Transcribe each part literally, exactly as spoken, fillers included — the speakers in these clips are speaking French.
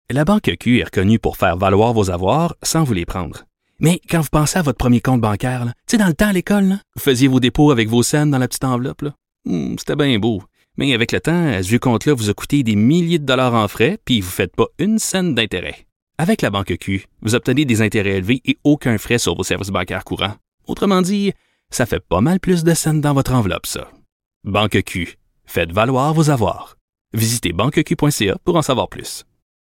La Banque Q est reconnue pour faire valoir vos avoirs sans vous les prendre. Mais quand vous pensez à votre premier compte bancaire, tu sais, dans le temps à l'école, là, vous faisiez vos dépôts avec vos scènes dans la petite enveloppe. Là. Hum, c'était bien beau. Mais avec le temps, ce vieux compte-là vous a coûté des milliers de dollars en frais puis vous ne faites pas une scène d'intérêt. Avec la Banque Q, vous obtenez des intérêts élevés et aucun frais sur vos services bancaires courants. Autrement dit, ça fait pas mal plus de scènes dans votre enveloppe, ça. Banque Q. Faites valoir vos avoirs. Visitez banque q point c a pour en savoir plus.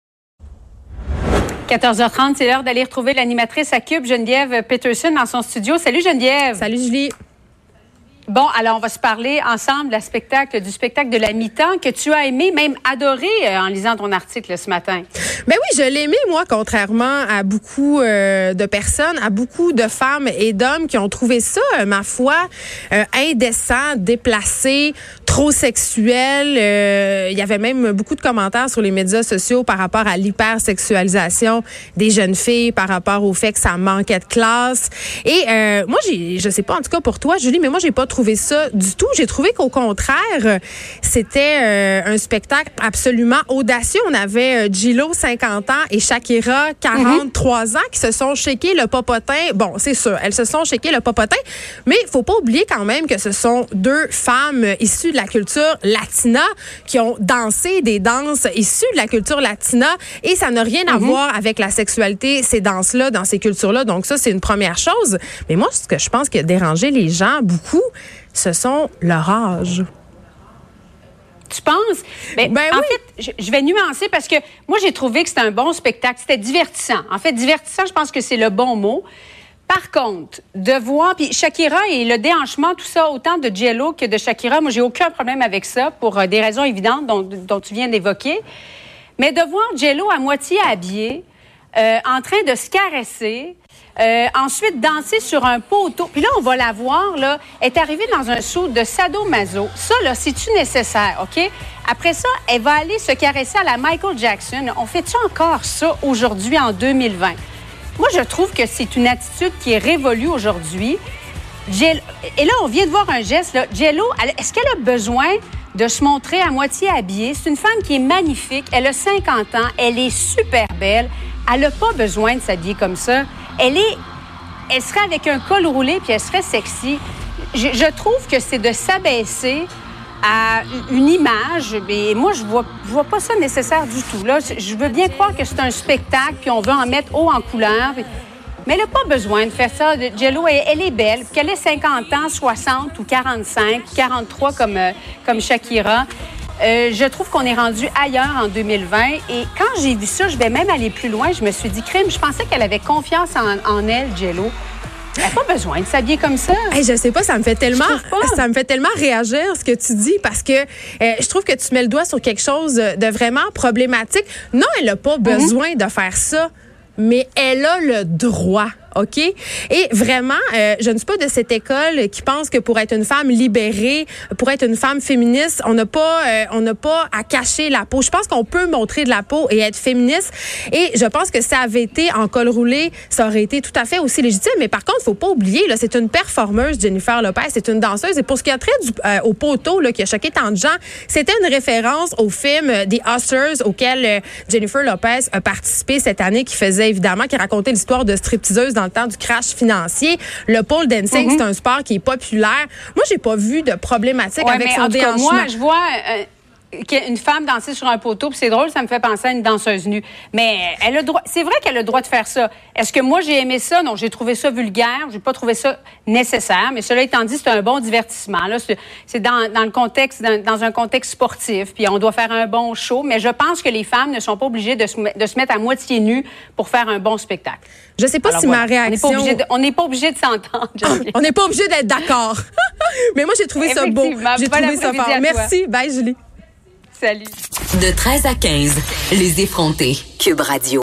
quatorze heures trente, c'est l'heure d'aller retrouver l'animatrice à Cube, Geneviève Peterson, dans son studio. Salut Geneviève. Salut Julie. Bon, alors on va se parler ensemble la spectacle, du spectacle de la mi-temps que tu as aimé, même adoré euh, en lisant ton article ce matin. Ben oui, je l'ai aimé, moi, contrairement à beaucoup euh, de personnes, à beaucoup de femmes et d'hommes qui ont trouvé ça, euh, ma foi, euh, indécent, déplacé, trop sexuel. Euh, il y avait même beaucoup de commentaires sur les médias sociaux par rapport à l'hypersexualisation des jeunes filles, par rapport au fait que ça manquait de classe. Et euh, moi, j'ai, je sais pas, en tout cas pour toi, Julie, mais moi, j'ai pas trouvé ça du tout. J'ai trouvé qu'au contraire, c'était euh, un spectacle absolument audacieux. On avait euh, J-Lo, cinquante ans, et Shakira, quarante-trois mm-hmm. ans, qui se sont shaké le popotin. Bon, c'est sûr, elles se sont shaké le popotin, mais il faut pas oublier quand même que ce sont deux femmes issues de la culture latina qui ont dansé des danses issues de la culture latina, et ça n'a rien mm-hmm. à voir avec la sexualité, ces danses-là, dans ces cultures-là. Donc ça, c'est une première chose. Mais moi, ce que je pense qui a dérangé les gens beaucoup, ce sont leur âge. Tu penses? Ben, ben en oui. fait, je, je vais nuancer parce que moi, j'ai trouvé que c'était un bon spectacle. C'était divertissant. En fait, divertissant, je pense que c'est le bon mot. Par contre, de voir, puis Shakira et le déhanchement, tout ça, autant de J-Lo que de Shakira, moi, j'ai aucun problème avec ça pour euh, des raisons évidentes dont, dont tu viens d'évoquer. Mais de voir J-Lo à moitié habillée, euh, en train de se caresser, Euh, ensuite, danser sur un poteau. Puis là, on va la voir, là, est arrivée dans un saut de sadomaso. Ça, là, c'est-tu nécessaire, OK? Après ça, elle va aller se caresser à la Michael Jackson. On fait-tu encore ça aujourd'hui, en deux mille vingt? Moi, je trouve que c'est une attitude qui est révolue aujourd'hui. J- Et là, on vient de voir un geste, là. J-Lo, elle, est-ce qu'elle a besoin de se montrer à moitié habillée? C'est une femme qui est magnifique. Elle a cinquante ans. Elle est super belle. Elle n'a pas besoin de s'habiller comme ça. Elle est, elle serait avec un col roulé puis elle serait sexy. Je, je trouve que c'est de s'abaisser à une image. Et moi, je vois, je vois pas ça nécessaire du tout. Là, je veux bien croire que c'est un spectacle puis on veut en mettre haut en couleur. Mais elle n'a pas besoin de faire ça. J-Lo, elle, elle est belle. Qu'elle ait cinquante ans, soixante ou quarante-cinq, quarante-trois comme, euh, comme Shakira. Euh, je trouve qu'on est rendu ailleurs en deux mille vingt. Et quand j'ai vu ça, je vais même aller plus loin. Je me suis dit, crime, je pensais qu'elle avait confiance en, en elle, J-Lo. Elle n'a pas besoin de s'habiller comme ça. Hey, je sais pas, ça me fait tellement, ça me fait tellement réagir ce que tu dis parce que euh, je trouve que tu mets le doigt sur quelque chose de vraiment problématique. Non, elle n'a pas mm-hmm. besoin de faire ça, mais elle a le droit. OK? Et vraiment, euh, je ne suis pas de cette école qui pense que pour être une femme libérée, pour être une femme féministe, on n'a pas, euh, on n'a pas à cacher la peau. Je pense qu'on peut montrer de la peau et être féministe. Et je pense que ça avait été en col roulé, ça aurait été tout à fait aussi légitime. Mais par contre, faut pas oublier, là, c'est une performeuse, Jennifer Lopez, c'est une danseuse. Et pour ce qui a trait du, euh, au poteau, là, qui a choqué tant de gens, c'était une référence au film The Hustlers auquel euh, Jennifer Lopez a participé cette année, qui faisait évidemment, qui racontait l'histoire de stripteaseuse dans le temps du crash financier. Le pole dancing, mm-hmm. c'est un sport qui est populaire. Moi, j'ai pas vu de problématique ouais, avec son déhanchement. Moi, je vois euh, une femme danser sur un poteau, puis c'est drôle, ça me fait penser à une danseuse nue. Mais elle a le droit, c'est vrai qu'elle a le droit de faire ça. Est-ce que moi, j'ai aimé ça? Non, j'ai trouvé ça vulgaire. J'ai pas trouvé ça nécessaire. Mais cela étant dit, c'est un bon divertissement. Là, c'est, c'est dans, dans le contexte, dans, dans un contexte sportif. Puis on doit faire un bon show. Mais je pense que les femmes ne sont pas obligées de se, de se mettre à moitié nues pour faire un bon spectacle. Je sais pas Alors, si voilà. ma réaction... On n'est pas obligé de, de s'entendre. On n'est pas obligé d'être d'accord. Mais moi, j'ai trouvé ça beau. J'ai trouvé ça fort. Merci. Bye, Julie. Salut. De treize à quinze, les effrontés. Cube Radio.